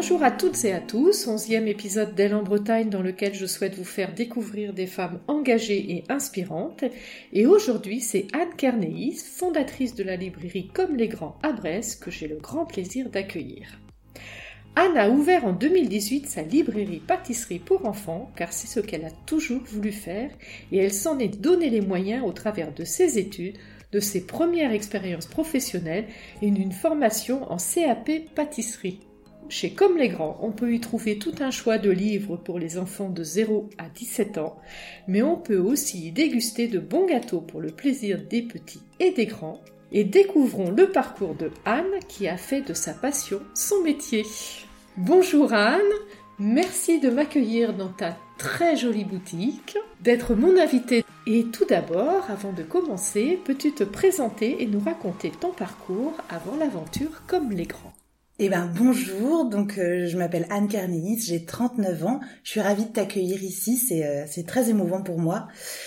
Bonjour à toutes et à tous, 11e épisode d'Elle en Bretagne dans lequel je souhaite vous faire découvrir des femmes engagées et inspirantes. Et aujourd'hui, c'est Anne Kernéis, fondatrice de la librairie Comme les Grands à Brest, que j'ai le grand plaisir d'accueillir. Anne a ouvert en 2018 sa librairie pâtisserie pour enfants, car c'est ce qu'elle a toujours voulu faire, et elle s'en est donné les moyens au travers de ses études, de ses premières expériences professionnelles et d'une formation en CAP pâtisserie. Chez Comme les Grands, on peut y trouver tout un choix de livres pour les enfants de 0 à 17 ans, mais on peut aussi y déguster de bons gâteaux pour le plaisir des petits et des grands. Et découvrons le parcours de Anne qui a fait de sa passion son métier. Bonjour Anne, merci de m'accueillir dans ta très jolie boutique, d'être mon invitée. Et tout d'abord, avant de commencer, peux-tu te présenter et nous raconter ton parcours avant l'aventure Comme les Grands ? Bonjour, je m'appelle Anne Kernéis, j'ai 39 ans, je suis ravie de t'accueillir ici, c'est très émouvant pour moi.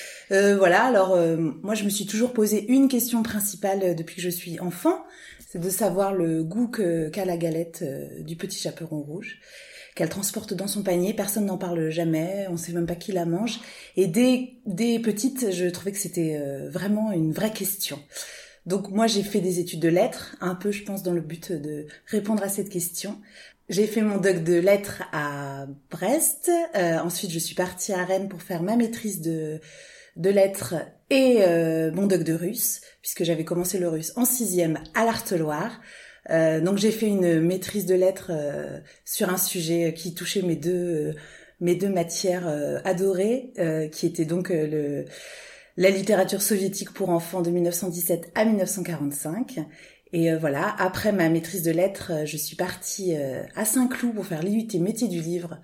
Moi je me suis toujours posé une question principale depuis que je suis enfant, c'est de savoir le goût qu'a la galette du petit chaperon rouge, qu'elle transporte dans son panier, personne n'en parle jamais, on sait même pas qui la mange, et dès petite je trouvais que c'était vraiment une vraie question. Donc moi j'ai fait des études de lettres, un peu je pense dans le but de répondre à cette question. J'ai fait mon doc de lettres à Brest, ensuite je suis partie à Rennes pour faire ma maîtrise de lettres et mon doc de russe, puisque j'avais commencé le russe en 6e à l'Arteloire. Donc j'ai fait une maîtrise de lettres sur un sujet qui touchait mes deux matières adorées, qui était donc la littérature soviétique pour enfants de 1917 à 1945. Et après ma maîtrise de lettres, je suis partie à Saint-Cloud pour faire l'IUT métier du livre.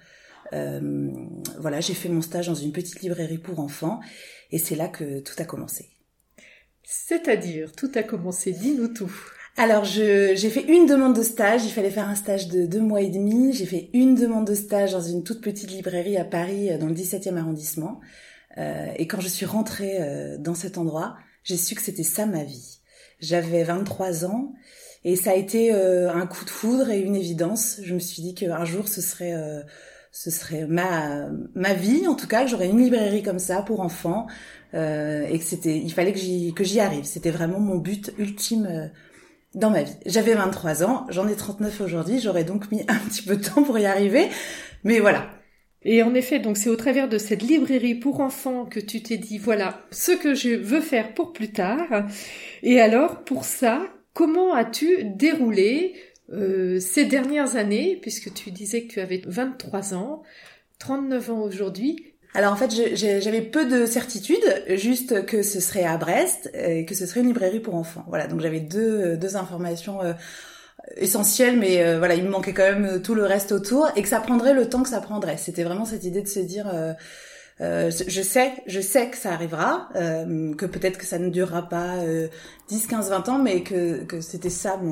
J'ai fait mon stage dans une petite librairie pour enfants et c'est là que tout a commencé. C'est-à-dire, tout a commencé, dis-nous tout. Alors, j'ai fait une demande de stage, il fallait faire un stage de 2 mois et demi. J'ai fait une demande de stage dans une toute petite librairie à Paris, dans le 17e arrondissement. Et quand je suis rentrée dans cet endroit, j'ai su que c'était ça ma vie. J'avais 23 ans et ça a été un coup de foudre et une évidence. Je me suis dit qu'un jour ce serait ma vie, en tout cas, que j'aurais une librairie comme ça pour enfants et il fallait que j'y arrive. C'était vraiment mon but ultime dans ma vie. J'avais 23 ans, j'en ai 39 aujourd'hui, j'aurais donc mis un petit peu de temps pour y arriver, mais voilà. Et en effet, donc c'est au travers de cette librairie pour enfants que tu t'es dit, voilà, ce que je veux faire pour plus tard. Et alors, pour ça, comment as-tu déroulé ces dernières années, puisque tu disais que tu avais 23 ans, 39 ans aujourd'hui? Alors en fait, j'avais peu de certitudes, juste que ce serait à Brest et que ce serait une librairie pour enfants. Voilà, donc j'avais deux informations essentiel, mais il me manquait quand même tout le reste autour et que ça prendrait le temps que ça prendrait. C'était vraiment cette idée de se dire je sais que ça arrivera, que peut-être que ça ne durera pas 10, 15, 20 ans, mais que c'était ça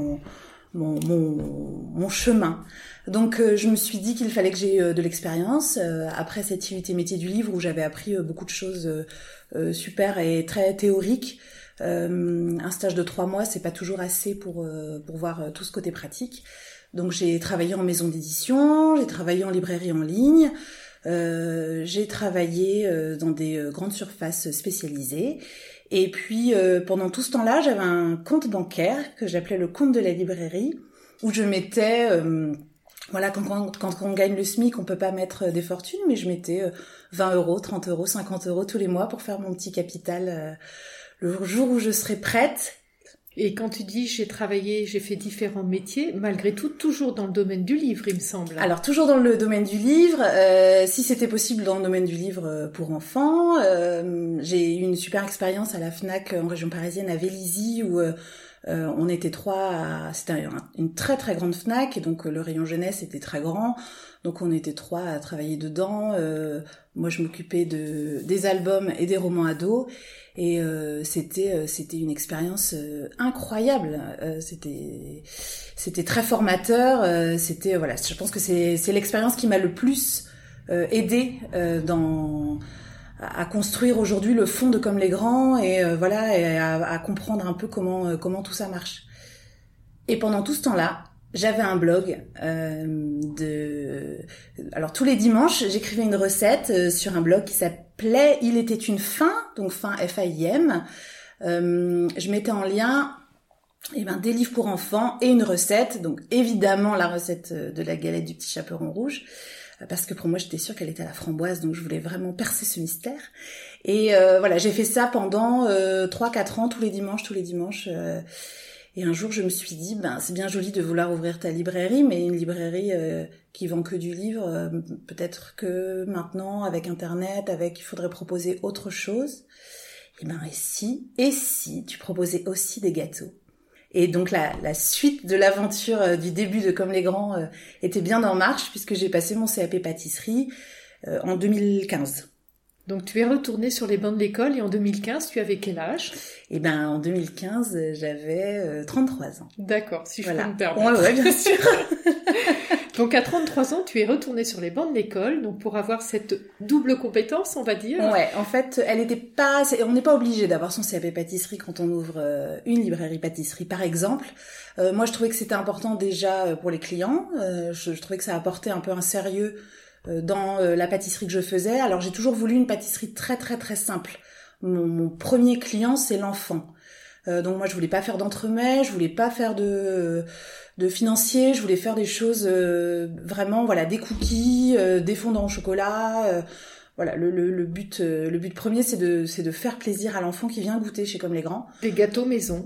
mon chemin. Donc je me suis dit qu'il fallait que j'ai de l'expérience après cette IUT métier du livre où j'avais appris beaucoup de choses super et très théoriques. Un stage de 3 mois, c'est pas toujours assez pour voir tout ce côté pratique. Donc j'ai travaillé en maison d'édition, j'ai travaillé en librairie en ligne, j'ai travaillé dans des grandes surfaces spécialisées. Et puis pendant tout ce temps-là, j'avais un compte bancaire que j'appelais le compte de la librairie, où je mettais quand on gagne le SMIC, on peut pas mettre des fortunes, mais je mettais 20 €, 30 €, 50 € tous les mois pour faire mon petit capital le jour où je serai prête. Et quand tu dis j'ai fait différents métiers, malgré tout, toujours dans le domaine du livre, il me semble. Alors, toujours dans le domaine du livre, si c'était possible dans le domaine du livre pour enfants. J'ai eu une super expérience à la Fnac en région parisienne, à Vélizy, où on était 3 c'était une très très grande Fnac, et donc le rayon jeunesse était très grand. Donc on était 3 à travailler dedans. Moi je m'occupais des albums et des romans ados. Et c'était une expérience incroyable. C'était très formateur. Je pense que c'est l'expérience qui m'a le plus aidée à construire aujourd'hui le fond de Comme les Grands et à comprendre un peu comment tout ça marche. Et pendant tout ce temps-là, J'avais un blog alors tous les dimanches, j'écrivais une recette sur un blog qui s'appelait Il était une faim, donc faim F-A-I-M. Je mettais en lien des livres pour enfants et une recette, donc évidemment la recette de la galette du petit chaperon rouge, parce que pour moi j'étais sûre qu'elle était à la framboise, donc je voulais vraiment percer ce mystère. Et voilà, j'ai fait ça pendant 3-4 ans, tous les dimanches. Et un jour, je me suis dit, c'est bien joli de vouloir ouvrir ta librairie, mais une librairie qui vend que du livre, peut-être que maintenant, avec Internet, il faudrait proposer autre chose. Et si tu proposais aussi des gâteaux? Et donc, la suite de l'aventure du début de Comme les Grands était bien en marche, puisque j'ai passé mon CAP pâtisserie en 2015. Donc tu es retournée sur les bancs de l'école et en 2015, tu avais quel âge ? En 2015, j'avais 33 ans. D'accord, si je peux me permettre. Ouais, bien sûr. Donc à 33 ans, tu es retournée sur les bancs de l'école, donc pour avoir cette double compétence, on va dire. Ouais, en fait, on n'est pas obligé d'avoir son CAP pâtisserie quand on ouvre une librairie pâtisserie, par exemple. Moi, je trouvais que c'était important déjà pour les clients. Je trouvais que ça apportait un peu un sérieux dans la pâtisserie que je faisais. Alors j'ai toujours voulu une pâtisserie très très très simple. Mon premier client, c'est l'enfant. Donc moi je voulais pas faire d'entremets, je voulais pas faire de financier, je voulais faire des choses vraiment des cookies, des fondants au chocolat. Le but premier c'est de faire plaisir à l'enfant qui vient goûter chez Comme les Grands. Des gâteaux maison.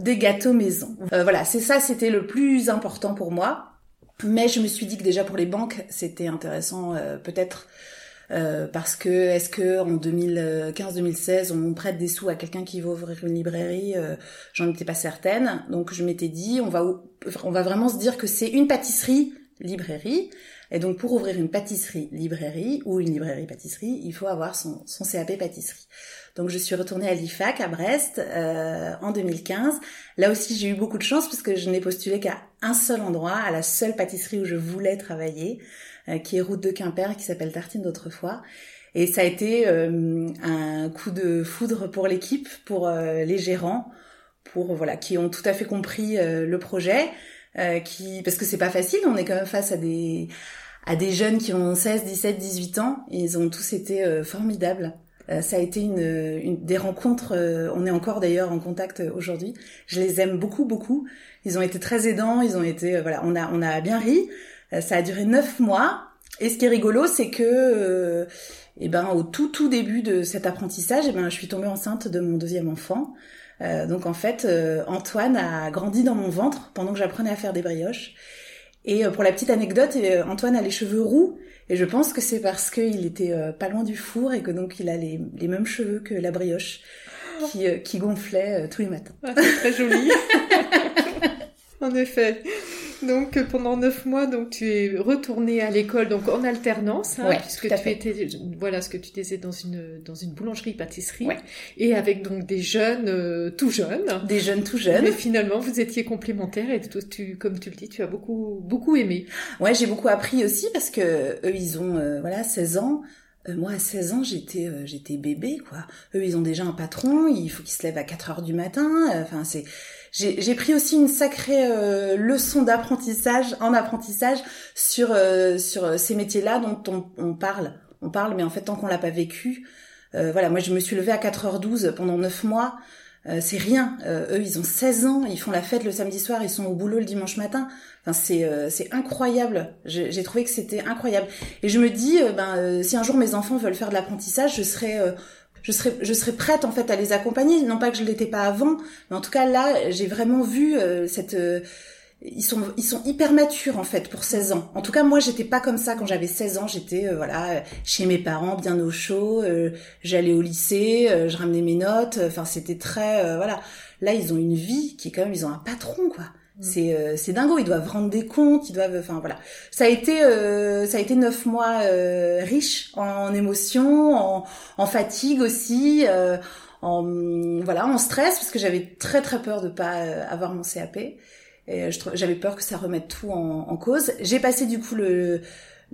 C'était le plus important pour moi. Mais je me suis dit que déjà pour les banques, c'était intéressant peut-être parce que est-ce que en 2015-2016 on prête des sous à quelqu'un qui veut ouvrir une librairie, j'en étais pas certaine. Donc je m'étais dit on va vraiment se dire que c'est une pâtisserie librairie. Et donc pour ouvrir une pâtisserie librairie ou une librairie pâtisserie, il faut avoir son CAP pâtisserie. Donc je suis retournée à l'IFAC à Brest en 2015. Là aussi j'ai eu beaucoup de chance parce que je n'ai postulé qu'à un seul endroit, à la seule pâtisserie où je voulais travailler, qui est route de Quimper, qui s'appelle Tartine d'autrefois. Et ça a été un coup de foudre pour l'équipe, pour les gérants, qui ont tout à fait compris le projet, parce que c'est pas facile, on est quand même face à des jeunes qui ont 16, 17, 18 ans, et ils ont tous été formidables. Ça a été des rencontres, on est encore d'ailleurs en contact aujourd'hui. Je les aime beaucoup, beaucoup. Ils ont été très aidants, on a bien ri. Ça a duré 9 mois. Et ce qui est rigolo, c'est que, au tout début de cet apprentissage, je suis tombée enceinte de mon deuxième enfant. Donc en fait, Antoine a grandi dans mon ventre pendant que j'apprenais à faire des brioches. Et pour la petite anecdote, Antoine a les cheveux roux. Et je pense que c'est parce qu'il était pas loin du four et que donc il a les mêmes cheveux que la brioche qui gonflait tous les matins. Ah, c'est très joli. En effet. Donc pendant 9 mois, donc tu es retournée à l'école donc en alternance, puisque tu étais ce que tu disais dans une boulangerie-pâtisserie, et avec donc des jeunes tout jeunes. Des jeunes tout jeunes. Mais finalement vous étiez complémentaires et comme tu le dis, tu as beaucoup beaucoup aimé. Ouais, j'ai beaucoup appris aussi parce que eux ils ont 16 ans. Moi, à 16 ans, j'étais bébé, quoi. Eux, ils ont déjà un patron, il faut qu'ils se lèvent à 4 heures du matin. J'ai pris aussi une sacrée leçon d'apprentissage sur ces métiers-là dont on parle. On parle, mais en fait, tant qu'on l'a pas vécu. Moi, je me suis levée à 4h12 pendant 9 mois. C'est rien. Eux, ils ont 16 ans, ils font la fête le samedi soir, ils sont au boulot le dimanche matin. Enfin, c'est incroyable. J'ai trouvé que c'était incroyable. Et je me dis, si un jour mes enfants veulent faire de l'apprentissage, je serais prête en fait à les accompagner. Non pas que je l'étais pas avant, mais en tout cas là, j'ai vraiment vu ils sont hyper matures en fait pour 16 ans. En tout cas, moi j'étais pas comme ça quand j'avais 16 ans, j'étais chez mes parents bien au chaud, j'allais au lycée, je ramenais mes notes, c'était très Là, ils ont une vie qui est quand même, ils ont un patron quoi. C'est dingo, ils doivent rendre des comptes, Ça a été 9 mois riches en émotions, en fatigue aussi, en stress parce que j'avais très très peur de pas avoir mon CAP. Et j'avais peur que ça remette tout en cause. J'ai passé du coup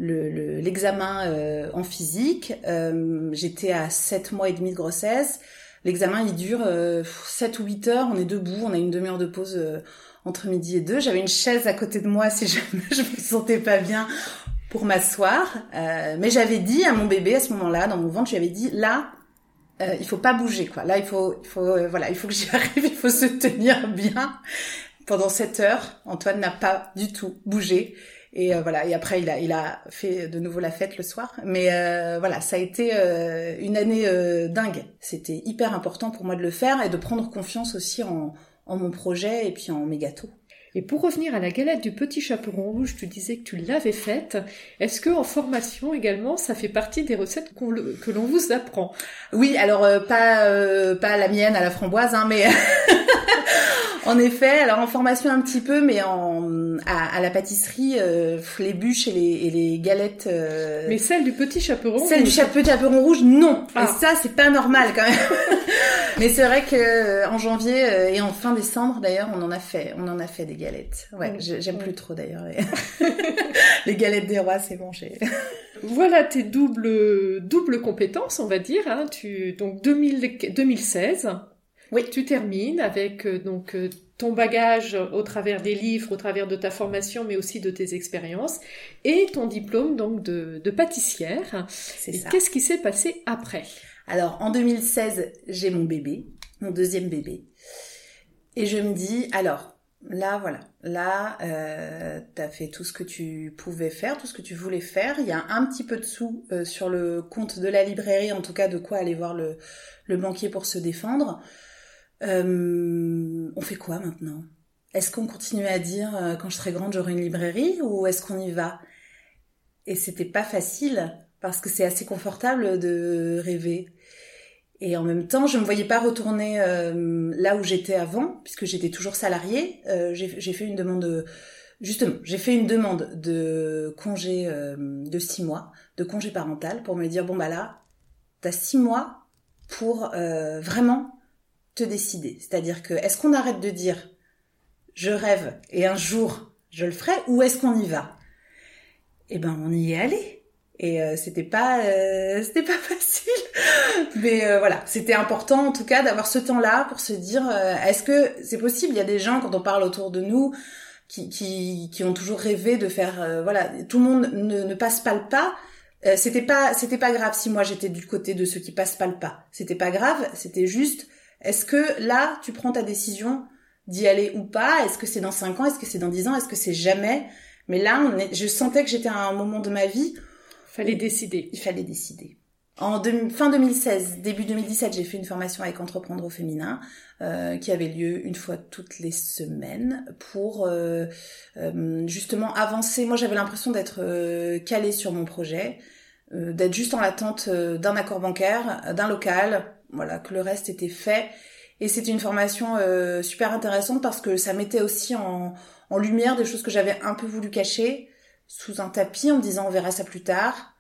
l'examen en physique. J'étais à 7 mois et demi de grossesse. L'examen, il dure 7 ou 8 heures, on est debout, on a une demi-heure de pause entre midi et 2. J'avais une chaise à côté de moi si jamais je me sentais pas bien pour m'asseoir. Mais j'avais dit à mon bébé à ce moment-là, dans mon ventre, je lui avais dit, là, il faut pas bouger, quoi. Là, il faut que j'y arrive, il faut se tenir bien. Pendant 7 heures, Antoine n'a pas du tout bougé. Et voilà. Et après, il a fait de nouveau la fête le soir. Mais voilà, ça a été une année dingue. C'était hyper important pour moi de le faire et de prendre confiance aussi en mon projet et puis en mes gâteaux. Et pour revenir à la galette du petit chaperon rouge, tu disais que tu l'avais faite. Est-ce que en formation également, ça fait partie des recettes que l'on vous apprend? Oui, alors pas la mienne à la framboise, hein, mais en effet, alors en formation un petit peu, mais à la pâtisserie, les bûches et les galettes. Mais celle du petit chaperon rouge. Celle du petit chaperon rouge, non. Ah. Et ça, c'est pas normal quand même. Mais c'est vrai que en janvier et en fin décembre, d'ailleurs, on en a fait des galettes. Ouais, j'aime plus trop d'ailleurs les galettes des rois, c'est bon. Voilà tes doubles compétences, on va dire. Hein. Donc 2016. Oui. Tu termines avec ton bagage au travers des livres, au travers de ta formation, mais aussi de tes expériences, et ton diplôme donc de pâtissière. C'est et ça. Qu'est-ce qui s'est passé après? Alors en 2016, j'ai mon bébé, mon deuxième bébé, et je me dis alors là voilà, t'as fait tout ce que tu pouvais faire, tout ce que tu voulais faire. Il y a un petit peu de sous sur le compte de la librairie, en tout cas de quoi aller voir le banquier pour se défendre. On fait quoi maintenant? Est-ce qu'on continue à dire quand je serai grande j'aurai une librairie, ou est-ce qu'on y va? Et c'était pas facile parce que c'est assez confortable de rêver. Et en même temps, je me voyais pas retourner là où j'étais avant, puisque j'étais toujours salariée. J'ai fait une demande de congé de 6 mois, de congé parental, pour me dire bon bah là, t'as 6 mois pour vraiment te décider. C'est-à-dire que est-ce qu'on arrête de dire je rêve et un jour je le ferai, ou est-ce qu'on y va? Eh ben on y est allé. Et c'était pas facile, mais voilà, c'était important en tout cas d'avoir ce temps-là pour se dire est-ce que c'est possible? Il y a des gens, quand on parle autour de nous, qui ont toujours rêvé de faire voilà, tout le monde ne passe pas le pas. C'était pas grave si moi j'étais du côté de ceux qui passent pas le pas. C'était pas grave, c'était juste est-ce que là tu prends ta décision d'y aller ou pas? Est-ce que c'est dans 5 ans? Est-ce que c'est dans 10 ans? Est-ce que c'est jamais? Mais là je sentais que j'étais à un moment de ma vie. Il fallait décider. Fin 2016, début 2017, j'ai fait une formation avec Entreprendre au féminin qui avait lieu une fois toutes les semaines pour justement avancer. Moi, j'avais l'impression d'être calée sur mon projet, d'être juste en l'attente d'un accord bancaire, d'un local, voilà, que le reste était fait. Et c'était une formation super intéressante parce que ça mettait aussi en lumière des choses que j'avais un peu voulu cacher sous un tapis en me disant on verra ça plus tard,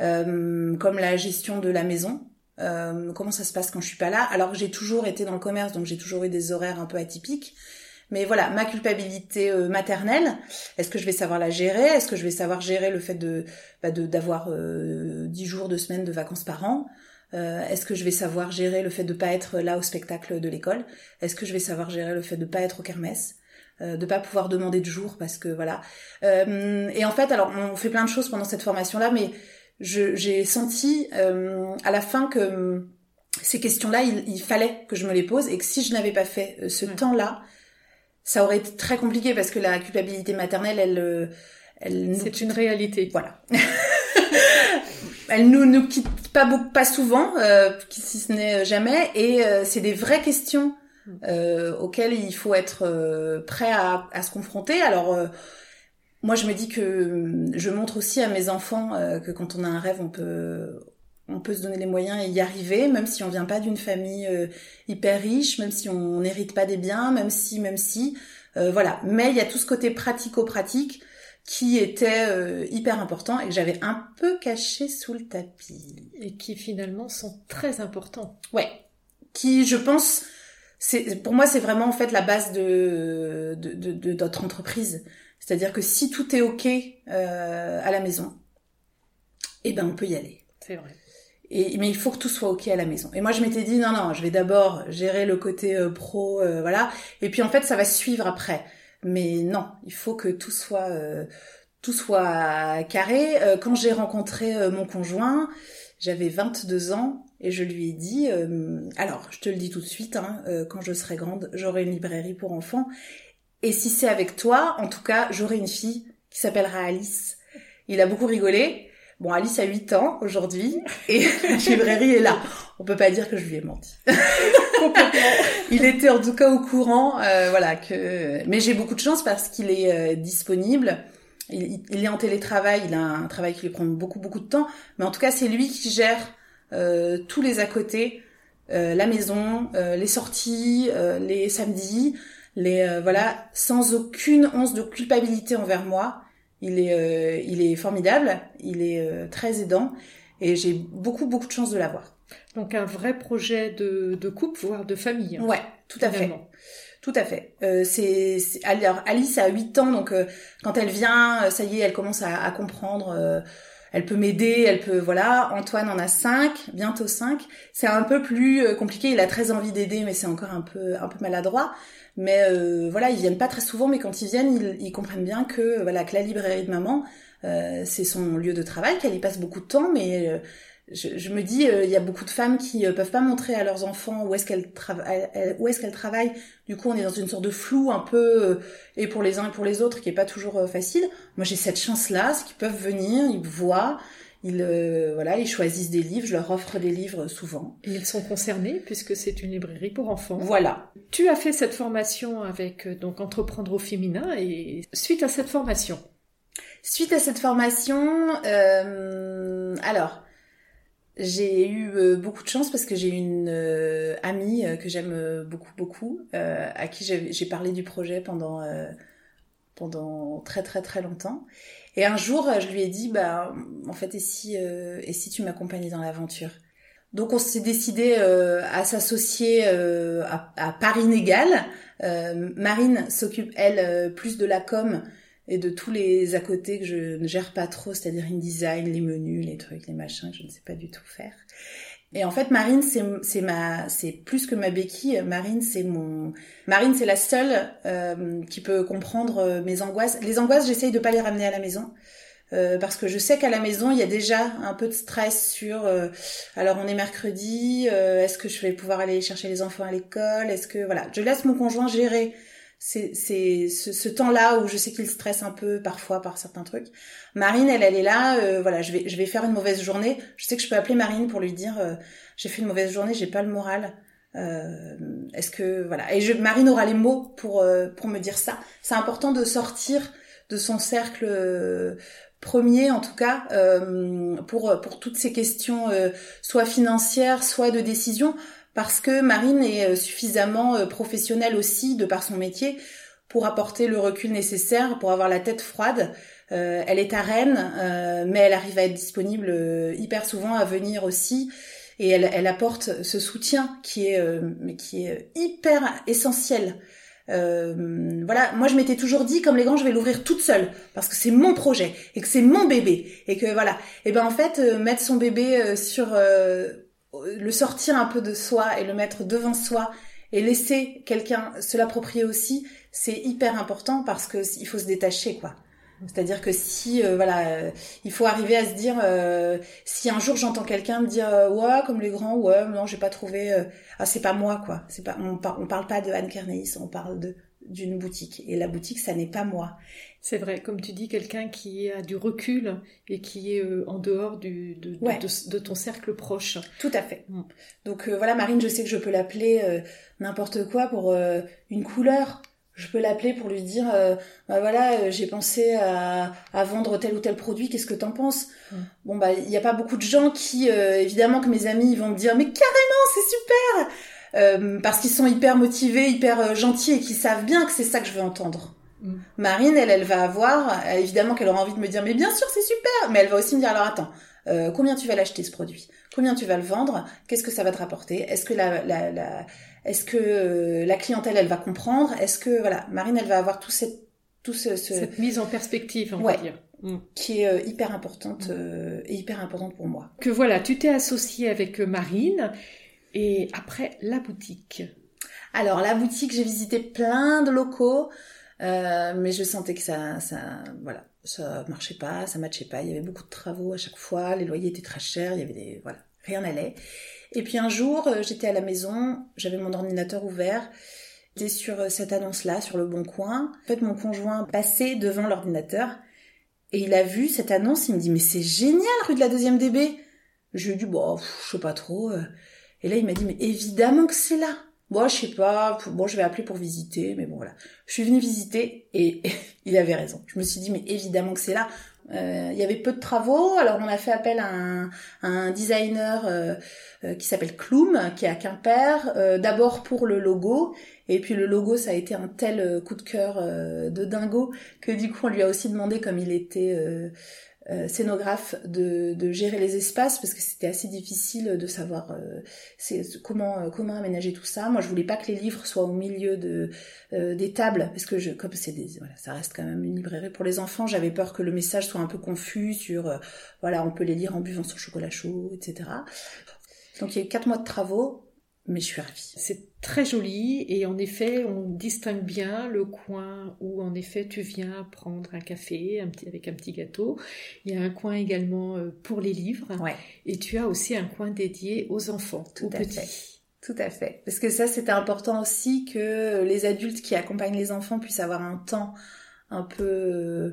comme la gestion de la maison, comment ça se passe quand je suis pas là, alors que j'ai toujours été dans le commerce, donc j'ai toujours eu des horaires un peu atypiques. Mais voilà, ma culpabilité maternelle, est-ce que je vais savoir la gérer? Est-ce que je vais savoir gérer le fait d'avoir 10 jours de semaine de vacances par an? Est-ce que je vais savoir gérer le fait de pas être là au spectacle de l'école? Est-ce que je vais savoir gérer le fait de pas être au kermesse? De pas pouvoir demander de jour parce que voilà. Et en fait, alors on fait plein de choses pendant cette formation-là, mais j'ai senti à la fin que ces questions-là, il fallait que je me les pose, et que si je n'avais pas fait ce temps-là, ça aurait été très compliqué parce que la culpabilité maternelle, c'est une réalité. Voilà. Elle nous quitte pas souvent, si ce n'est jamais, et c'est des vraies questions auxquelles il faut être prêt à se confronter. Alors moi je me dis que je montre aussi à mes enfants que quand on a un rêve, on peut se donner les moyens et y arriver, même si on vient pas d'une famille hyper riche, même si on n'hérite pas des biens, même si voilà. Mais il y a tout ce côté pratico-pratique qui était hyper important et que j'avais un peu caché sous le tapis. Et qui finalement sont très importants. Ouais. Qui, je pense, pour moi, c'est vraiment en fait la base de notre entreprise. C'est-à-dire que si tout est OK à la maison, eh ben on peut y aller. C'est vrai. mais il faut que tout soit ok à la maison. Et moi je m'étais dit non, je vais d'abord gérer le côté pro, voilà. Et puis en fait ça va suivre après. Mais non, il faut que tout soit carré. Quand j'ai rencontré mon conjoint, j'avais 22 ans et je lui ai dit, alors je te le dis tout de suite, quand je serai grande, j'aurai une librairie pour enfants. Et si c'est avec toi, en tout cas, j'aurai une fille qui s'appellera Alice. Il a beaucoup rigolé. Bon, Alice a 8 ans aujourd'hui et la librairie est là. On peut pas dire que je lui ai menti. Complètement. Il était en tout cas au courant, mais j'ai beaucoup de chance parce qu'il est disponible. Il est en télétravail, il a un travail qui lui prend beaucoup de temps, mais en tout cas c'est lui qui gère tous les à côté, la maison, les sorties, les samedis, sans aucune once de culpabilité envers moi. Il est formidable, il est très aidant et j'ai beaucoup de chance de l'avoir. Donc un vrai projet de couple, voire de famille. Ouais, tout à fait. Tout à fait. Alors, Alice a 8 ans, donc quand elle vient, ça y est, elle commence à comprendre. Elle peut m'aider, voilà. Antoine en a 5, bientôt 5. C'est un peu plus compliqué. Il a très envie d'aider, mais c'est encore un peu maladroit. Mais ils viennent pas très souvent, mais quand ils viennent, ils comprennent bien que la librairie de maman, c'est son lieu de travail, qu'elle y passe beaucoup de temps, mais je me dis, il y a beaucoup de femmes qui peuvent pas montrer à leurs enfants où est-ce qu'elles travaillent. Du coup, on est dans une sorte de flou un peu, et pour les uns et pour les autres, qui est pas toujours facile. Moi, j'ai cette chance-là, c'est qu'ils peuvent venir, ils voient, ils choisissent des livres, je leur offre des livres souvent. Et ils sont concernés puisque c'est une librairie pour enfants. Voilà. Tu as fait cette formation avec donc Entreprendre au féminin et suite à cette formation, alors. J'ai eu beaucoup de chance parce que j'ai une amie que j'aime beaucoup, à qui j'ai parlé du projet pendant très longtemps. Et un jour, je lui ai dit, en fait, et si tu m'accompagnais dans l'aventure ? Donc on s'est décidé à s'associer à part inégale. Marine s'occupe, elle, plus de la com et de tous les à côté que je ne gère pas trop, c'est-à-dire InDesign, les menus, les trucs, les machins que je ne sais pas du tout faire. Et en fait, Marine, c'est plus que ma béquille. Marine, c'est la seule qui peut comprendre mes angoisses. Les angoisses, j'essaye de pas les ramener à la maison. Parce que je sais qu'à la maison, il y a déjà un peu de stress sur alors on est mercredi, est-ce que je vais pouvoir aller chercher les enfants à l'école, je laisse mon conjoint gérer c'est ce temps-là où je sais qu'il stresse un peu parfois par certains trucs. Marine, elle est là, je vais faire une mauvaise journée. Je sais que je peux appeler Marine pour lui dire j'ai fait une mauvaise journée, j'ai pas le moral. Marine aura les mots pour me dire ça. C'est important de sortir de son cercle premier en tout cas pour toutes ces questions soit financières, soit de décision. Parce que Marine est suffisamment professionnelle aussi, de par son métier, pour apporter le recul nécessaire, pour avoir la tête froide. Elle est à Rennes, mais elle arrive à être disponible hyper souvent, à venir aussi. Et elle apporte ce soutien qui est hyper essentiel. Moi je m'étais toujours dit, comme les grands, je vais l'ouvrir toute seule, parce que c'est mon projet, et que c'est mon bébé. Et que voilà. Et en fait, mettre son bébé sur... le sortir un peu de soi et le mettre devant soi et laisser quelqu'un se l'approprier aussi, c'est hyper important parce que il faut se détacher, quoi. C'est-à-dire que si il faut arriver à se dire si un jour j'entends quelqu'un me dire ouais comme les grands, ouais non j'ai pas trouvé c'est pas moi, quoi. C'est pas on parle pas de Anne Kernéis, on parle d'une boutique, et la boutique ça n'est pas moi. C'est vrai, comme tu dis, quelqu'un qui a du recul et qui est en dehors de ton cercle proche. Tout à fait. Donc Marine, je sais que je peux l'appeler n'importe quoi pour une couleur. Je peux l'appeler pour lui dire j'ai pensé à vendre tel ou tel produit, qu'est-ce que t'en penses? Bon il y a pas beaucoup de gens qui évidemment que mes amis ils vont me dire mais carrément c'est super parce qu'ils sont hyper motivés, hyper gentils et qui savent bien que c'est ça que je veux entendre. Marine, elle va avoir, évidemment qu'elle aura envie de me dire mais bien sûr c'est super, mais elle va aussi me dire alors attends, combien tu vas l'acheter ce produit, combien tu vas le vendre, qu'est-ce que ça va te rapporter, est-ce que la clientèle elle va comprendre, est-ce que Marine elle va avoir cette mise en perspective, on va dire. qui est hyper importante et hyper importante pour moi. Que voilà, tu t'es associée avec Marine et après la boutique. Alors la boutique, j'ai visité plein de locaux, mais je sentais que ça marchait pas, ça matchait pas. Il y avait beaucoup de travaux à chaque fois, les loyers étaient très chers, il y avait rien n'allait. Et puis un jour, j'étais à la maison, j'avais mon ordinateur ouvert. J'étais sur cette annonce-là, sur Le Bon Coin. En fait, mon conjoint passait devant l'ordinateur et il a vu cette annonce. Il me dit « Mais c'est génial, rue de la 2e DB !» Je lui ai dit « Bon, je sais pas trop. » Et là, il m'a dit « Mais évidemment que c'est là !» Bon, je sais pas. Bon, je vais appeler pour visiter. Mais bon, voilà. Je suis venue visiter et il avait raison. Je me suis dit « Mais évidemment que c'est là !» Il y avait peu de travaux, alors on a fait appel à un designer qui s'appelle Cloum, qui est à Quimper, d'abord pour le logo, et puis le logo ça a été un tel coup de cœur de dingo que du coup on lui a aussi demandé, comme il était scénographe, de gérer les espaces, parce que c'était assez difficile de savoir comment aménager tout ça. Moi je voulais pas que les livres soient au milieu des tables, parce que comme ça reste quand même une librairie pour les enfants, j'avais peur que le message soit un peu confus sur on peut les lire en buvant son chocolat chaud, etc. Donc il y a eu 4 mois de travaux, mais je suis ravie. C'est très joli et en effet, on distingue bien le coin où en effet tu viens prendre un café avec un petit gâteau. Il y a un coin également pour les livres. Ouais. Et tu as aussi un coin dédié aux enfants, aux petits. Tout à fait. Parce que ça, c'était important aussi que les adultes qui accompagnent les enfants puissent avoir un temps un peu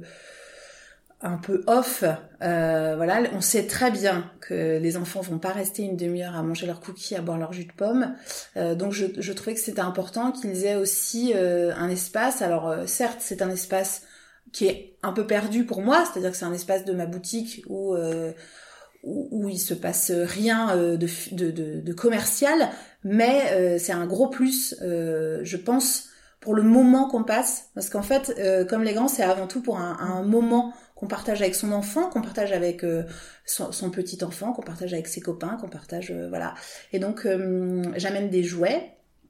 off. On sait très bien que les enfants vont pas rester une demi-heure à manger leurs cookies, à boire leur jus de pomme. Donc je trouvais que c'était important qu'ils aient aussi un espace. Alors certes, c'est un espace qui est un peu perdu pour moi, c'est-à-dire que c'est un espace de ma boutique où il se passe rien de commercial, mais c'est un gros plus, je pense, pour le moment qu'on passe, parce qu'en fait, comme les grands, c'est avant tout pour un moment qu'on partage avec son enfant, qu'on partage avec son petit enfant, qu'on partage avec ses copains, qu'on partage, voilà. Et donc, j'amène des jouets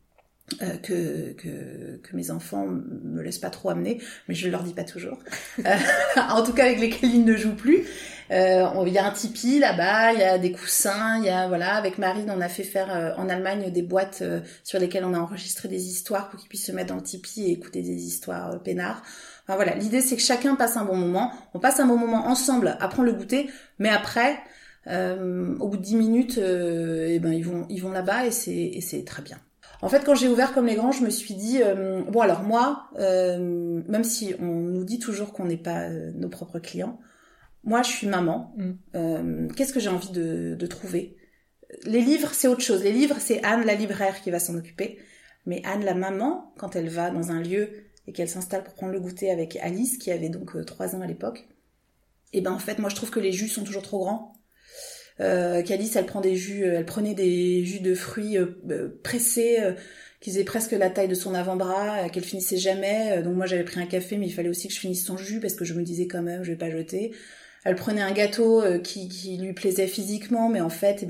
que mes enfants me laissent pas trop amener, mais je leur dis pas toujours. En tout cas, avec lesquels ils ne jouent plus. Il y a un tipi là-bas, il y a des coussins, avec Marine, on a fait faire en Allemagne des boîtes sur lesquelles on a enregistré des histoires pour qu'ils puissent se mettre dans le tipi et écouter des histoires peinards. Enfin, voilà, l'idée c'est que chacun passe un bon moment. On passe un bon moment ensemble à prendre le goûter, mais après, au bout de 10 minutes, ils vont là-bas et c'est très bien. En fait, quand j'ai ouvert Comme les Grands, je me suis dit, moi, même si on nous dit toujours qu'on n'est pas nos propres clients, moi, je suis maman. Qu'est-ce que j'ai envie de trouver ? Les livres, c'est autre chose. Les livres, c'est Anne, la libraire, qui va s'en occuper. Mais Anne, la maman, quand elle va dans un lieu et qu'elle s'installe pour prendre le goûter avec Alice, qui avait donc 3 ans à l'époque, en fait, moi, je trouve que les jus sont toujours trop grands. Qu'Alice, elle prenait des jus de fruits pressés, qui faisaient presque la taille de son avant-bras, qu'elle finissait jamais. Donc moi, j'avais pris un café, mais il fallait aussi que je finisse son jus, parce que je me disais quand même, je vais pas jeter. Elle prenait un gâteau qui lui plaisait physiquement, mais en fait,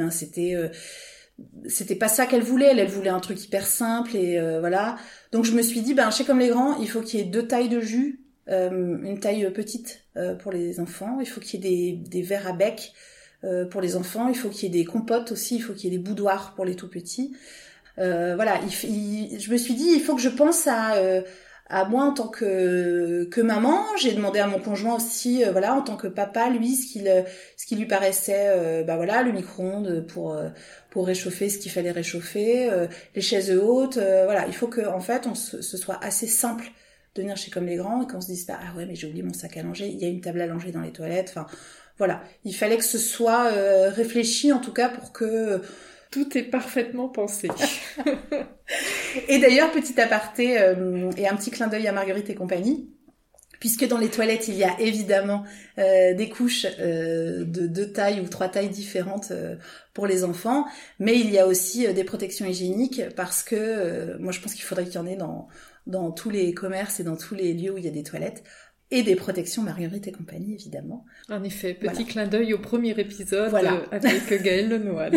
c'était pas ça qu'elle voulait. Elle voulait un truc hyper simple et voilà. Donc je me suis dit, chez Comme les Grands, il faut qu'il y ait 2 tailles de jus, une taille petite pour les enfants. Il faut qu'il y ait des verres à bec pour les enfants. Il faut qu'il y ait des compotes aussi. Il faut qu'il y ait des boudoirs pour les tout petits. Je me suis dit, il faut que je pense à moi en tant que maman. J'ai demandé à mon conjoint aussi, en tant que papa, lui, ce qui lui paraissait, le micro-ondes pour réchauffer ce qu'il fallait réchauffer, les chaises hautes, il faut que en fait ce soit assez simple de venir chez Comme les Grands et qu'on se dise pas ah ouais mais j'ai oublié mon sac à langer, il y a une table à langer dans les toilettes, enfin voilà, il fallait que ce soit réfléchi en tout cas pour que tout est parfaitement pensé. Et d'ailleurs, petit aparté et un petit clin d'œil à Marguerite et compagnie, puisque dans les toilettes, il y a évidemment des couches de 2 tailles ou 3 tailles différentes pour les enfants, mais il y a aussi des protections hygiéniques, parce que moi je pense qu'il faudrait qu'il y en ait dans tous les commerces et dans tous les lieux où il y a des toilettes. Et des protections Marguerite et compagnie, évidemment. En effet, petit clin d'œil au premier épisode voilà. Avec Gaëlle Lenoir.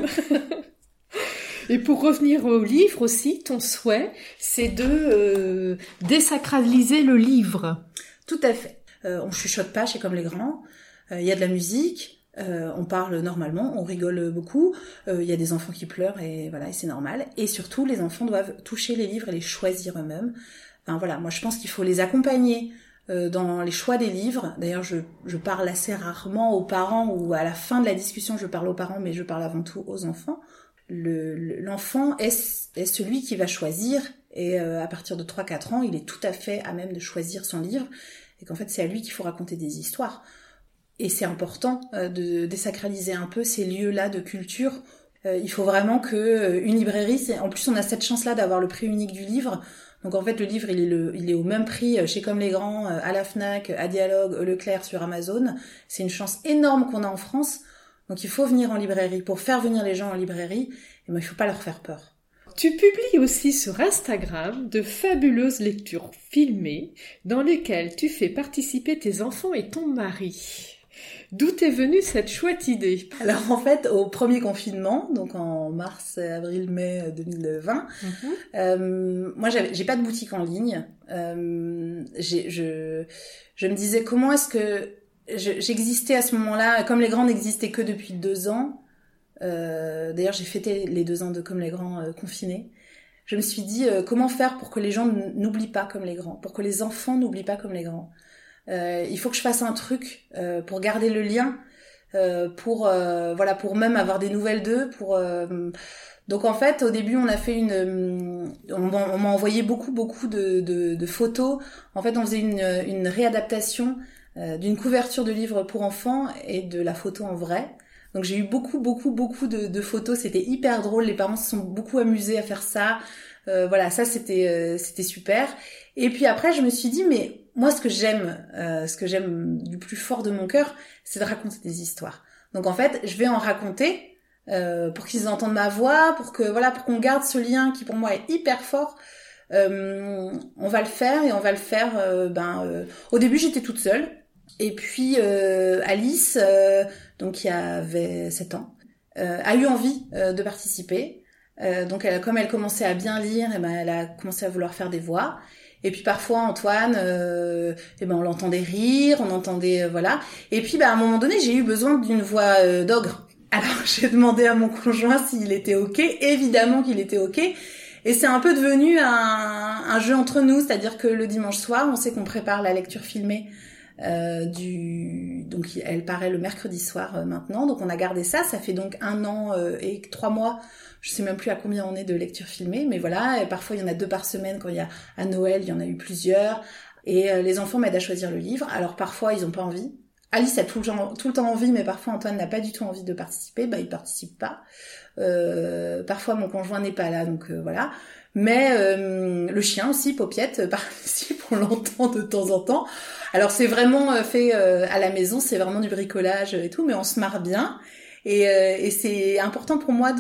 Et pour revenir au livre aussi, ton souhait, c'est de désacraliser le livre. Tout à fait. On chuchote pas chez Comme les Grands. Il y a de la musique. On parle normalement, on rigole beaucoup. Il y a des enfants qui pleurent et voilà, et c'est normal. Et surtout, les enfants doivent toucher les livres et les choisir eux-mêmes. Enfin voilà, moi je pense qu'il faut les accompagner dans les choix des livres. D'ailleurs, je parle assez rarement aux parents ou à la fin de la discussion, je parle aux parents, mais je parle avant tout aux enfants. L'enfant est celui qui va choisir et à partir de 3-4 ans, il est tout à fait à même de choisir son livre et qu'en fait, c'est à lui qu'il faut raconter des histoires. Et c'est important de désacraliser un peu ces lieux-là de culture. Il faut vraiment que une librairie, en plus on a cette chance-là d'avoir le prix unique du livre. Donc en fait le livre il est au même prix chez Comme les Grands, à la Fnac, à Dialogue, Leclerc, sur Amazon. C'est une chance énorme qu'on a en France. Donc il faut venir en librairie. Pour faire venir les gens en librairie, il ne faut pas leur faire peur. Tu publies aussi sur Instagram de fabuleuses lectures filmées dans lesquelles tu fais participer tes enfants et ton mari. D'où t'est venue cette chouette idée? Alors en fait, au premier confinement, donc en mars, avril, mai 2020, moi j'ai pas de boutique en ligne. Je me disais comment est-ce que j'existais à ce moment-là. Comme les Grands n'existaient que depuis 2 ans. D'ailleurs, j'ai fêté les 2 ans de Comme les Grands confinés. Je me suis dit comment faire pour que les gens n'oublient pas Comme les Grands, pour que les enfants n'oublient pas Comme les Grands. Il faut que je fasse un truc pour garder le lien, pour même avoir des nouvelles d'eux. Donc en fait, au début, on a fait on m'a envoyé beaucoup de photos. En fait, on faisait une réadaptation d'une couverture de livre pour enfants et de la photo en vrai. Donc j'ai eu beaucoup de photos. C'était hyper drôle. Les parents se sont beaucoup amusés à faire ça. Ça c'était super. Et puis après, je me suis dit mais moi, ce que j'aime du plus fort de mon cœur, c'est de raconter des histoires. Donc en fait, je vais en raconter pour qu'ils entendent ma voix, pour qu'on garde ce lien qui pour moi est hyper fort. On va le faire et on va le faire. Au début, j'étais toute seule, et puis Alice, donc qui avait 7 ans, a eu envie de participer. Donc comme elle commençait à bien lire, elle a commencé à vouloir faire des voix. Et puis parfois Antoine, on l'entendait rire, on entendait Et puis à un moment donné, j'ai eu besoin d'une voix d'ogre. Alors j'ai demandé à mon conjoint s'il était ok. Évidemment qu'il était ok. Et c'est un peu devenu un jeu entre nous, c'est-à-dire que le dimanche soir, on sait qu'on prépare la lecture filmée. Donc elle paraît le mercredi soir maintenant. Donc on a gardé ça. Ça fait donc 1 an et 3 mois. Je sais même plus à combien on est de lecture filmée, mais voilà. Et parfois il y en a 2 par semaine. Quand il y a à Noël, il y en a eu plusieurs. Et les enfants m'aident à choisir le livre. Alors parfois ils ont pas envie. Alice a tout le temps envie, mais parfois Antoine n'a pas du tout envie de participer. Il participe pas. Parfois mon conjoint n'est pas là, donc voilà. Mais le chien aussi, Popiette, participe, on l'entend de temps en temps. Alors c'est vraiment fait à la maison, c'est vraiment du bricolage et tout, mais on se marre bien. Et c'est important pour moi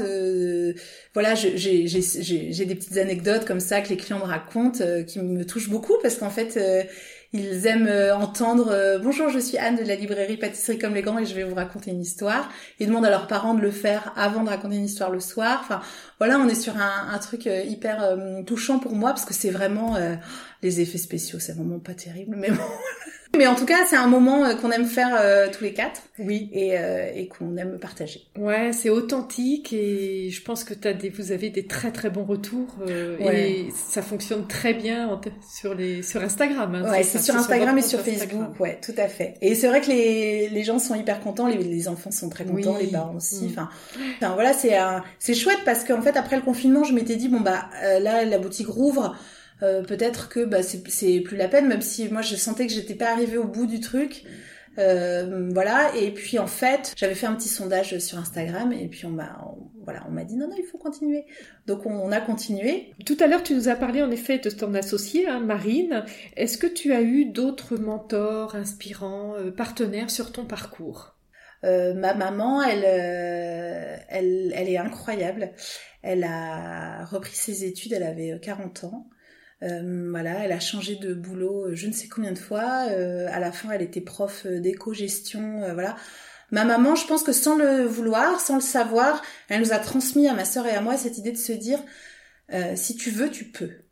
j'ai des petites anecdotes comme ça que les clients me racontent qui me touchent beaucoup parce qu'en fait ils aiment entendre bonjour, je suis Anne de la librairie Pâtisserie Comme les Grands et je vais vous raconter une histoire. Ils demandent à leurs parents de le faire avant de raconter une histoire le soir. Enfin voilà, on est sur un truc hyper touchant pour moi parce que c'est vraiment les effets spéciaux, c'est vraiment pas terrible, mais bon. Mais en tout cas, c'est un moment qu'on aime faire tous les 4. Oui. Et qu'on aime partager. Ouais, c'est authentique et je pense que vous avez des très très bons retours et ça fonctionne très bien sur Instagram. Hein, ouais, c'est sur Instagram et sur Facebook. Ouais, tout à fait. Et c'est vrai que les gens sont hyper contents, les enfants sont très contents, les parents aussi. Enfin voilà, c'est chouette parce qu'en fait après le confinement, je m'étais dit là la boutique rouvre. Peut-être que c'est plus la peine, même si moi je sentais que j'étais pas arrivée au bout du truc. Et puis en fait j'avais fait un petit sondage sur Instagram et puis on m'a dit non il faut continuer, donc on a continué. Tout à l'heure tu nous as parlé en effet de ton associée Marine. Est-ce que tu as eu d'autres mentors inspirants, partenaires sur ton parcours? Ma maman elle est incroyable. Elle a repris ses études, elle avait 40 ans. Elle a changé de boulot je ne sais combien de fois. À la fin, elle était prof d'éco-gestion. Ma maman, je pense que sans le vouloir, sans le savoir, elle nous a transmis à ma sœur et à moi cette idée de se dire si tu veux, tu peux.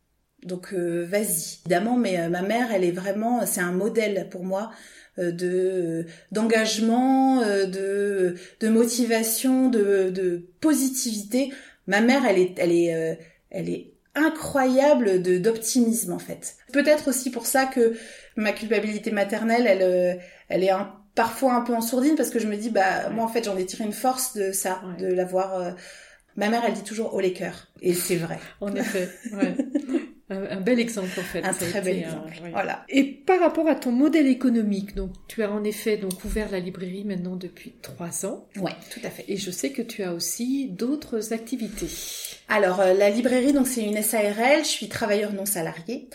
Donc vas-y. Évidemment, mais ma mère, elle est vraiment, c'est un modèle pour moi d'engagement, de motivation, de positivité. Ma mère, elle est incroyable d'optimisme en fait. Peut-être aussi pour ça que ma culpabilité maternelle, elle est parfois un peu en sourdine parce que je me dis moi en fait j'en ai tiré une force de ça, de l'avoir. Ma mère, elle dit toujours haut les cœurs et c'est vrai. En effet, ouais. Un bel exemple en fait. Un très bel exemple. Voilà. Et par rapport à ton modèle économique, donc tu as en effet donc ouvert la librairie maintenant depuis 3 ans. Ouais, tout à fait. Et je sais que tu as aussi d'autres activités. Alors la librairie, donc c'est une SARL. Je suis travailleuse non salariée.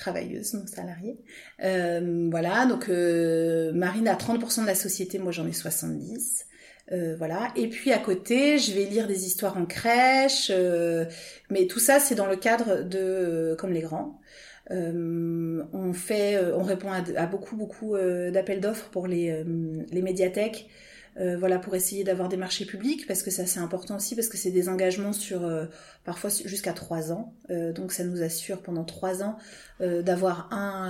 Voilà, donc Marine a 30% de la société, moi j'en ai 70%. Voilà. Et puis à côté, je vais lire des histoires en crèche, mais tout ça c'est dans le cadre de Comme les grands. On répond à beaucoup d'appels d'offres pour les médiathèques. Voilà, pour essayer d'avoir des marchés publics, parce que ça c'est important aussi, parce que c'est des engagements sur parfois jusqu'à 3 ans. Donc ça nous assure pendant 3 ans d'avoir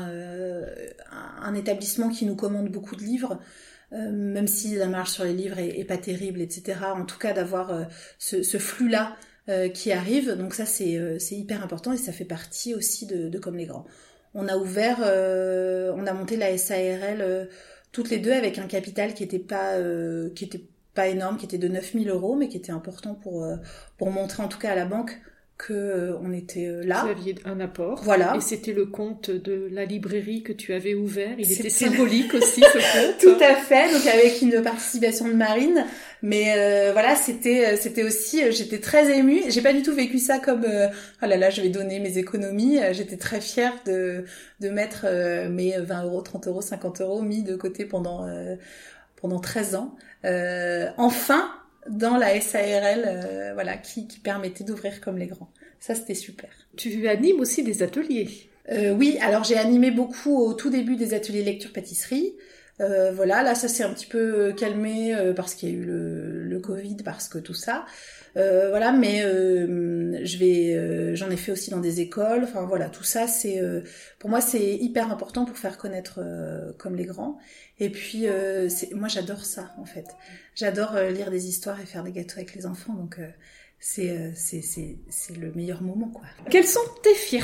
un établissement qui nous commande beaucoup de livres. Même si la marge sur les livres est pas terrible, etc. En tout cas, d'avoir ce flux-là qui arrive. Donc ça, c'est hyper important et ça fait partie aussi de Comme les grands. On a monté la SARL toutes les deux avec un capital qui était pas énorme, qui était de 9 000 €, mais qui était important pour montrer en tout cas à la banque que on était là. Vous aviez un apport. Voilà. Et c'était le compte de la librairie que tu avais ouvert. Il était symbolique aussi, ce compte. Tout à fait. Donc avec une participation de Marine. Mais voilà, c'était aussi, j'étais très émue. J'ai pas du tout vécu ça comme oh là là, je vais donner mes économies. J'étais très fière de mettre mes 20 €, 30 €, 50 € mis de côté pendant 13 ans. Enfin, dans la SARL, voilà, qui permettait d'ouvrir Comme les grands. Ça, c'était super. Tu animes aussi des ateliers. Oui, alors j'ai animé beaucoup au tout début des ateliers lecture-pâtisserie. Voilà, là ça s'est un petit peu calmé parce qu'il y a eu le Covid, parce que tout ça. Voilà, mais j'en ai fait aussi dans des écoles. Enfin voilà, tout ça c'est pour moi c'est hyper important pour faire connaître Comme les grands. Et puis moi j'adore ça en fait. J'adore lire des histoires et faire des gâteaux avec les enfants, donc c'est le meilleur moment quoi. Quelles sont tes fiertés ?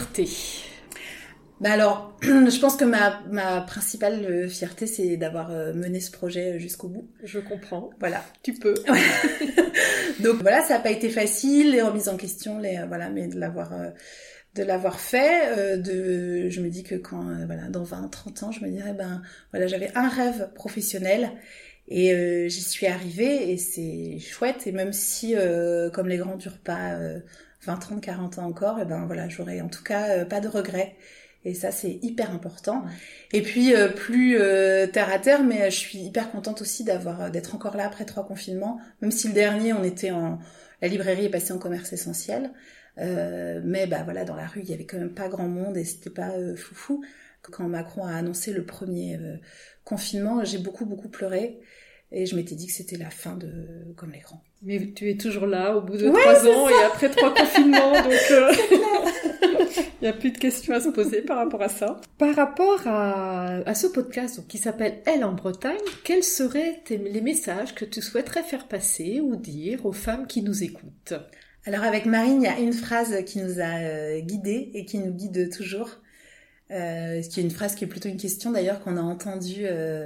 Alors, je pense que ma principale fierté, c'est d'avoir mené ce projet jusqu'au bout. Je comprends. Voilà. Tu peux. Donc voilà, ça n'a pas été facile, les remises en question, mais de l'avoir fait. Je me dis que quand, dans 20, 30 ans, je me dirais, j'avais un rêve professionnel et j'y suis arrivée et c'est chouette. Et même si, Comme les grands durent pas 20, 30, 40 ans encore, j'aurai en tout cas pas de regrets. Et ça, c'est hyper important. Ouais. Et puis, plus terre à terre, mais je suis hyper contente aussi d'être encore là après 3 confinements. Même si le dernier, la librairie est passée en commerce essentiel. Mais dans la rue, il y avait quand même pas grand monde et c'était pas foufou. Quand Macron a annoncé le premier confinement, j'ai beaucoup pleuré. Et je m'étais dit que c'était la fin de Comme les grands. Mais tu es toujours là au bout de 3 ans et après 3 confinements, donc il n'y a plus de questions à se poser par rapport à ça. Par rapport à ce podcast qui s'appelle Elle en Bretagne, quels seraient les messages que tu souhaiterais faire passer ou dire aux femmes qui nous écoutent ? Alors avec Marine, il y a une phrase qui nous a guidés et qui nous guide toujours. Qui est une phrase qui est plutôt une question d'ailleurs qu'on a entendue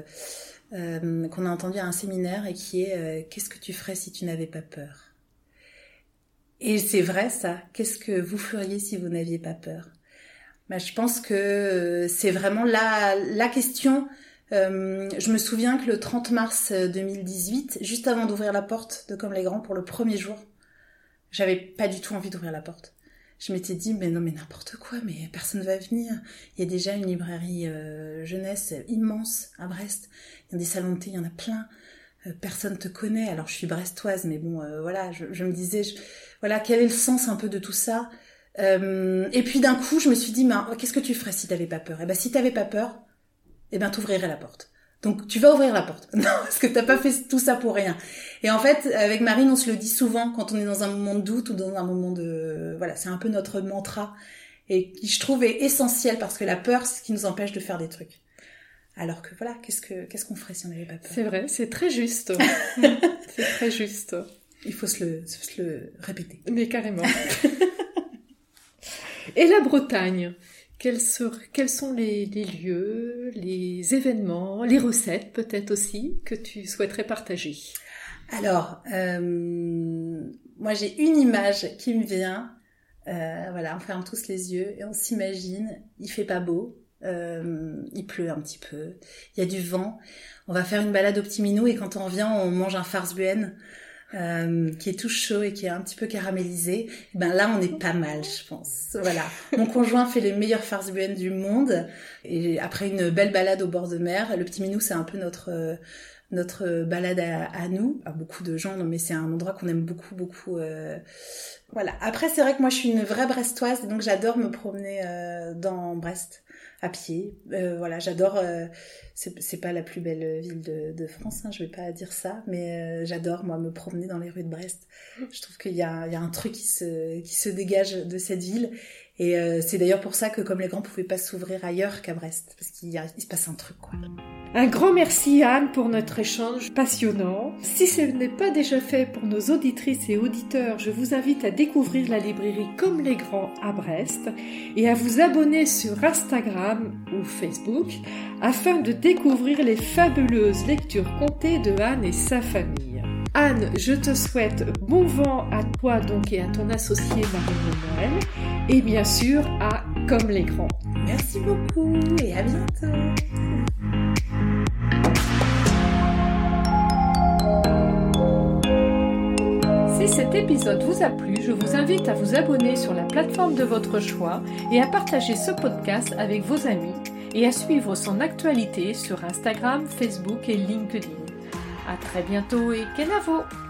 à un séminaire et qui est qu'est-ce que tu ferais si tu n'avais pas peur ? Et c'est vrai ça, qu'est-ce que vous feriez si vous n'aviez pas peur ? Je pense que c'est vraiment la question. Je me souviens que le 30 mars 2018, juste avant d'ouvrir la porte de Comme les grands pour le premier jour, j'avais pas du tout envie d'ouvrir la porte. Je m'étais dit, mais n'importe quoi, mais personne va venir. Il y a déjà une librairie jeunesse immense à Brest. Il y a des salons de thé, il y en a plein. Personne te connaît. Alors, je suis brestoise, mais bon, je me disais, quel est le sens un peu de tout ça ? Et puis d'un coup, je me suis dit, qu'est-ce que tu ferais si t'avais pas peur ? Si t'avais pas peur, t'ouvrirais la porte. Donc, tu vas ouvrir la porte. Non, parce que t'as pas fait tout ça pour rien. Et en fait, avec Marine, on se le dit souvent quand on est dans un moment de doute ou dans un moment de... c'est un peu notre mantra. et qui, je trouve, est essentiel parce que la peur, c'est ce qui nous empêche de faire des trucs. Alors que voilà, qu'est-ce qu'on ferait si on n'avait pas peur ? C'est vrai, c'est très juste. C'est très juste. Il faut se le répéter. Mais carrément. Et la Bretagne, quels sont les lieux, les événements, les recettes peut-être aussi que tu souhaiterais partager ? Alors, moi j'ai une image qui me vient. Voilà, on ferme tous les yeux et on s'imagine, il fait pas beau, il pleut un petit peu, il y a du vent. On va faire une balade au Petit Minou et quand on revient, on mange un farce buen qui est tout chaud et qui est un petit peu caramélisé. Et ben là, on est pas mal, je pense. Voilà. Mon conjoint fait les meilleurs farces buen du monde et après une belle balade au bord de mer, le Petit Minou, c'est un peu notre balade à nous, à beaucoup de gens, non mais c'est un endroit qu'on aime beaucoup. Voilà. Après, c'est vrai que moi, je suis une vraie Brestoise, donc j'adore me promener dans Brest à pied. Voilà, j'adore. C'est pas la plus belle ville de France, hein, je vais pas dire ça, mais j'adore moi me promener dans les rues de Brest. Je trouve qu'il y a un truc qui se dégage de cette ville. Et c'est d'ailleurs pour ça que Comme les Grands pouvaient pas s'ouvrir ailleurs qu'à Brest, parce qu'il se passe un truc, quoi. Un grand merci Anne pour notre échange passionnant. Si ce n'est pas déjà fait pour nos auditrices et auditeurs, je vous invite à découvrir la librairie Comme les Grands à Brest et à vous abonner sur Instagram ou Facebook afin de découvrir les fabuleuses lectures contées de Anne et sa famille. Anne, je te souhaite bon vent à toi donc et à ton associé Marie-Noël et bien sûr à Comme les Grands. Merci beaucoup et à bientôt. Si cet épisode vous a plu, je vous invite à vous abonner sur la plateforme de votre choix et à partager ce podcast avec vos amis et à suivre son actualité sur Instagram, Facebook et LinkedIn. À très bientôt et Kenavo!